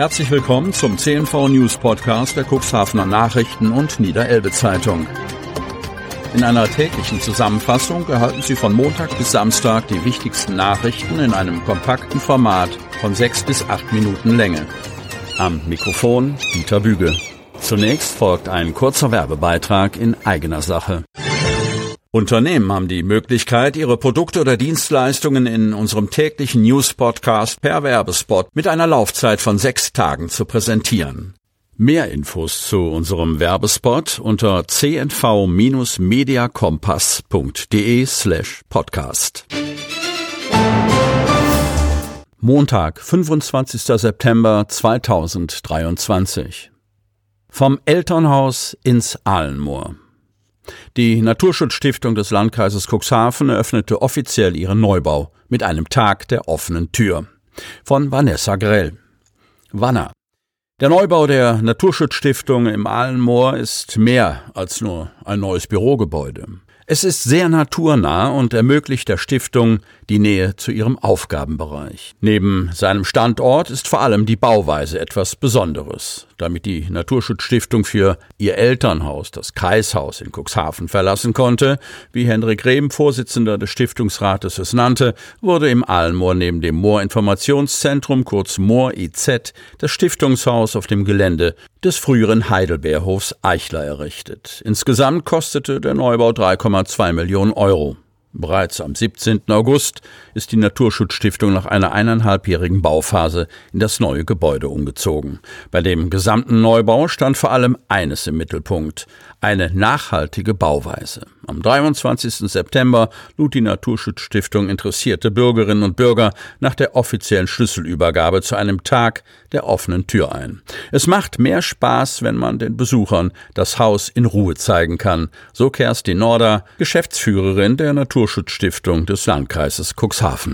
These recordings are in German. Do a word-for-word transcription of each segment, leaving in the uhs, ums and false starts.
Herzlich willkommen zum C N V News Podcast der Cuxhavener Nachrichten und Niederelbe Zeitung. In einer täglichen Zusammenfassung erhalten Sie von Montag bis Samstag die wichtigsten Nachrichten in einem kompakten Format von sechs bis acht Minuten Länge. Am Mikrofon Dieter Büge. Zunächst folgt ein kurzer Werbebeitrag in eigener Sache. Unternehmen haben die Möglichkeit, ihre Produkte oder Dienstleistungen in unserem täglichen News-Podcast per Werbespot mit einer Laufzeit von sechs Tagen zu präsentieren. Mehr Infos zu unserem Werbespot unter c n v Bindestrich mediakompass punkt de slash podcast. Montag, fünfundzwanzigster September zweitausenddreiundzwanzig. Vom Elternhaus ins Ahlenmoor. Die Naturschutzstiftung des Landkreises Cuxhaven eröffnete offiziell ihren Neubau mit einem Tag der offenen Tür. Von Vanessa Grell. Wanner. Der Neubau der Naturschutzstiftung im Ahlenmoor ist mehr als nur ein neues Bürogebäude. Es ist sehr naturnah und ermöglicht der Stiftung die Nähe zu ihrem Aufgabenbereich. Neben seinem Standort ist vor allem die Bauweise etwas Besonderes. Damit die Naturschutzstiftung für ihr Elternhaus, das Kreishaus in Cuxhaven, verlassen konnte, wie Hendrik Rehm, Vorsitzender des Stiftungsrates, es nannte, wurde im Ahlenmoor neben dem Moorinformationszentrum, kurz Moor I Z, das Stiftungshaus auf dem Gelände des früheren Heidelbeerhofs Eichler errichtet. Insgesamt kostete der Neubau drei Komma zwei Millionen Euro. Bereits am siebzehnten August ist die Naturschutzstiftung nach einer eineinhalbjährigen Bauphase in das neue Gebäude umgezogen. Bei dem gesamten Neubau stand vor allem eines im Mittelpunkt: eine nachhaltige Bauweise. Am dreiundzwanzigsten September lud die Naturschutzstiftung interessierte Bürgerinnen und Bürger nach der offiziellen Schlüsselübergabe zu einem Tag der offenen Tür ein. Es macht mehr Spaß, wenn man den Besuchern das Haus in Ruhe zeigen kann, so Kerstin Norder, Geschäftsführerin der Naturschutzstiftung des Landkreises Cuxhaven.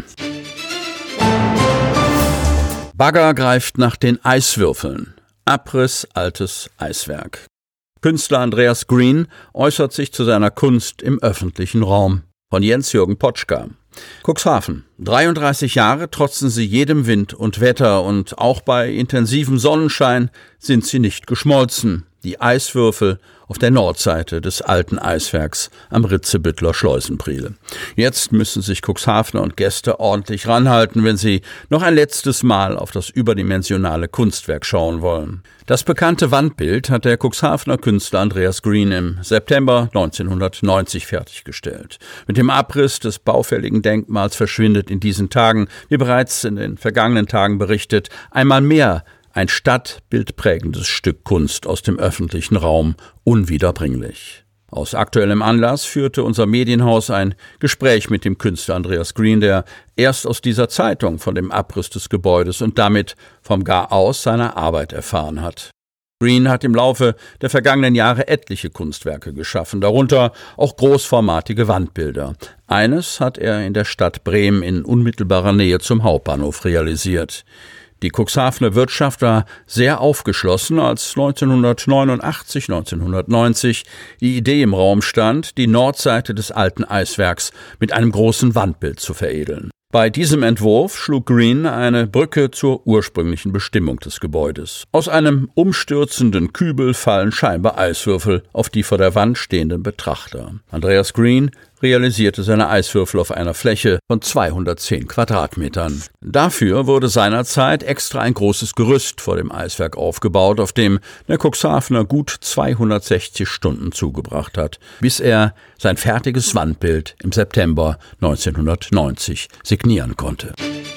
Bagger greift nach den Eiswürfeln. Abriss altes Eiswerk. Künstler Andreas Green äußert sich zu seiner Kunst im öffentlichen Raum. Von Jens-Jürgen Potschka. Cuxhaven. dreiunddreißig Jahre trotzen sie jedem Wind und Wetter und auch bei intensivem Sonnenschein sind sie nicht geschmolzen. Die Eiswürfel auf der Nordseite des alten Eiswerks am Ritzebüttler Schleusenpriel. Jetzt müssen sich Cuxhavener und Gäste ordentlich ranhalten, wenn sie noch ein letztes Mal auf das überdimensionale Kunstwerk schauen wollen. Das bekannte Wandbild hat der Cuxhavener Künstler Andreas Green im September neunzehnhundertneunzig fertiggestellt. Mit dem Abriss des baufälligen Denkmals verschwindet in diesen Tagen, wie bereits in den vergangenen Tagen berichtet, einmal mehr ein stadtbildprägendes Stück Kunst aus dem öffentlichen Raum, unwiederbringlich. Aus aktuellem Anlass führte unser Medienhaus ein Gespräch mit dem Künstler Andreas Green, der erst aus dieser Zeitung von dem Abriss des Gebäudes und damit vom Garaus seiner Arbeit erfahren hat. Green hat im Laufe der vergangenen Jahre etliche Kunstwerke geschaffen, darunter auch großformatige Wandbilder. Eines hat er in der Stadt Bremen in unmittelbarer Nähe zum Hauptbahnhof realisiert. Die Cuxhavener Wirtschaft war sehr aufgeschlossen, als neunzehnhundertneunundachtzig, neunzehnhundertneunzig die Idee im Raum stand, die Nordseite des alten Eiswerks mit einem großen Wandbild zu veredeln. Bei diesem Entwurf schlug Green eine Brücke zur ursprünglichen Bestimmung des Gebäudes. Aus einem umstürzenden Kübel fallen scheinbar Eiswürfel auf die vor der Wand stehenden Betrachter. Andreas Green realisierte seine Eiswürfel auf einer Fläche von zweihundertzehn Quadratmetern. Dafür wurde seinerzeit extra ein großes Gerüst vor dem Eiswerk aufgebaut, auf dem der Cuxhavener gut zweihundertsechzig Stunden zugebracht hat, bis er sein fertiges Wandbild im September neunzehnhundertneunzig signieren konnte.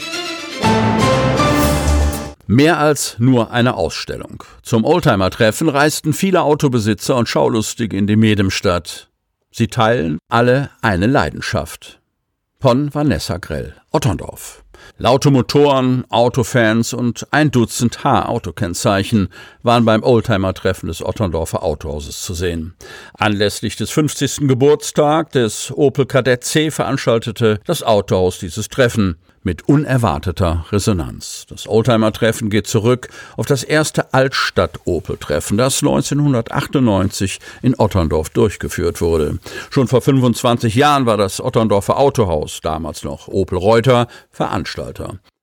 Mehr als nur eine Ausstellung. Zum Oldtimer-Treffen reisten viele Autobesitzer und Schaulustige in die Medemstadt. Sie teilen alle eine Leidenschaft. Von Vanessa Grell, Otterndorf. Laute Motoren, Autofans und ein Dutzend H-Autokennzeichen waren beim Oldtimer-Treffen des Otterndorfer Autohauses zu sehen. Anlässlich des fünfzigsten Geburtstags des Opel Kadett C veranstaltete das Autohaus dieses Treffen mit unerwarteter Resonanz. Das Oldtimer-Treffen geht zurück auf das erste Altstadt-Opel-Treffen, das neunzehnhundertachtundneunzig in Otterndorf durchgeführt wurde. Schon vor fünfundzwanzig Jahren war das Otterndorfer Autohaus, damals noch Opel Reuter, Veranstalter.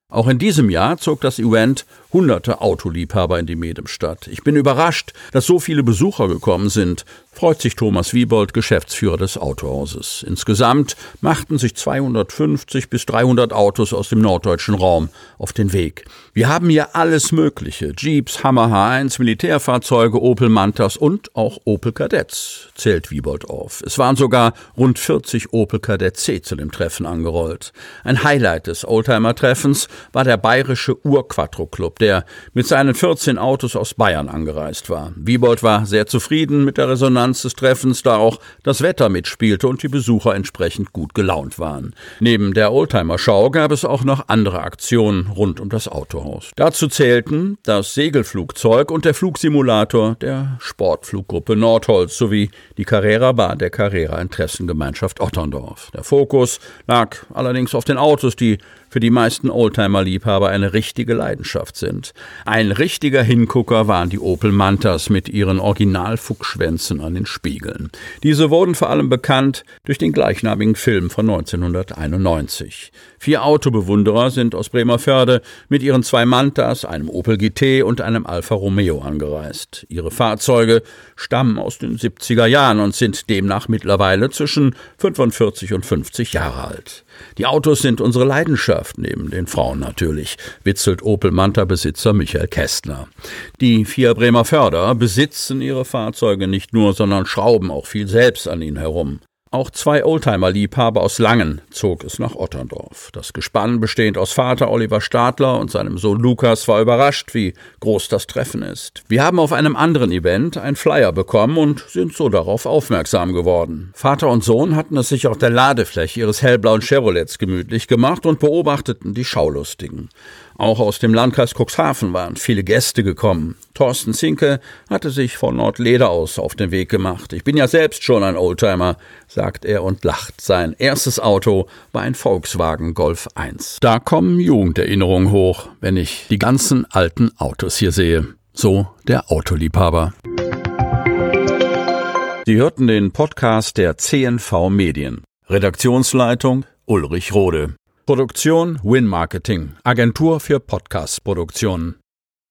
Auch in diesem Jahr zog das Event hunderte Autoliebhaber in die Medemstadt. Ich bin überrascht, dass so viele Besucher gekommen sind, freut sich Thomas Wiebold, Geschäftsführer des Autohauses. Insgesamt machten sich zweihundertfünfzig bis dreihundert Autos aus dem norddeutschen Raum auf den Weg. Wir haben hier alles Mögliche: Jeeps, Hammer H eins, Militärfahrzeuge, Opel Mantas und auch Opel Kadetts, zählt Wiebold auf. Es waren sogar rund vierzig Opel Kadett C zu dem Treffen angerollt. Ein Highlight des Oldtimer-Treffens war der bayerische Ur-Quattro-Club, der mit seinen vierzehn Autos aus Bayern angereist war. Wiebold war sehr zufrieden mit der Resonanz des Treffens, da auch das Wetter mitspielte und die Besucher entsprechend gut gelaunt waren. Neben der Oldtimer-Schau gab es auch noch andere Aktionen rund um das Autohaus. Dazu zählten das Segelflugzeug und der Flugsimulator der Sportfluggruppe Nordholz sowie die Carrera-Bar der Carrera-Interessengemeinschaft Otterndorf. Der Fokus lag allerdings auf den Autos, die für die meisten Oldtimer-Liebhaber eine richtige Leidenschaft sind. Ein richtiger Hingucker waren die Opel Mantas mit ihren Original-Fuchsschwänzen an den Spiegeln. Diese wurden vor allem bekannt durch den gleichnamigen Film von neunzehnhunderteinundneunzig. Vier Autobewunderer sind aus Bremervörde mit ihren zwei Mantas, einem Opel G T und einem Alfa Romeo angereist. Ihre Fahrzeuge stammen aus den siebziger Jahren und sind demnach mittlerweile zwischen fünfundvierzig und fünfzig Jahre alt. Die Autos sind unsere Leidenschaft, neben den Frauen natürlich, witzelt Opel Manta-Besitzer Michael Kästner. Die vier Bremervörder besitzen ihre Fahrzeuge nicht nur, sondern schrauben auch viel selbst an ihnen herum. Auch zwei Oldtimer-Liebhaber aus Langen zog es nach Otterndorf. Das Gespann, bestehend aus Vater Oliver Stadler und seinem Sohn Lukas, war überrascht, wie groß das Treffen ist. Wir haben auf einem anderen Event einen Flyer bekommen und sind so darauf aufmerksam geworden. Vater und Sohn hatten es sich auf der Ladefläche ihres hellblauen Chevrolets gemütlich gemacht und beobachteten die Schaulustigen. Auch aus dem Landkreis Cuxhaven waren viele Gäste gekommen. Thorsten Zinke hatte sich von Nordleder aus auf den Weg gemacht. Ich bin ja selbst schon ein Oldtimer, sagt er und lacht. Sein erstes Auto war ein Volkswagen Golf eins. Da kommen Jugenderinnerungen hoch, wenn ich die ganzen alten Autos hier sehe. So der Autoliebhaber. Sie hörten den Podcast der C N V Medien. Redaktionsleitung Ulrich Rode. Produktion Win Marketing, Agentur für Podcast-Produktionen.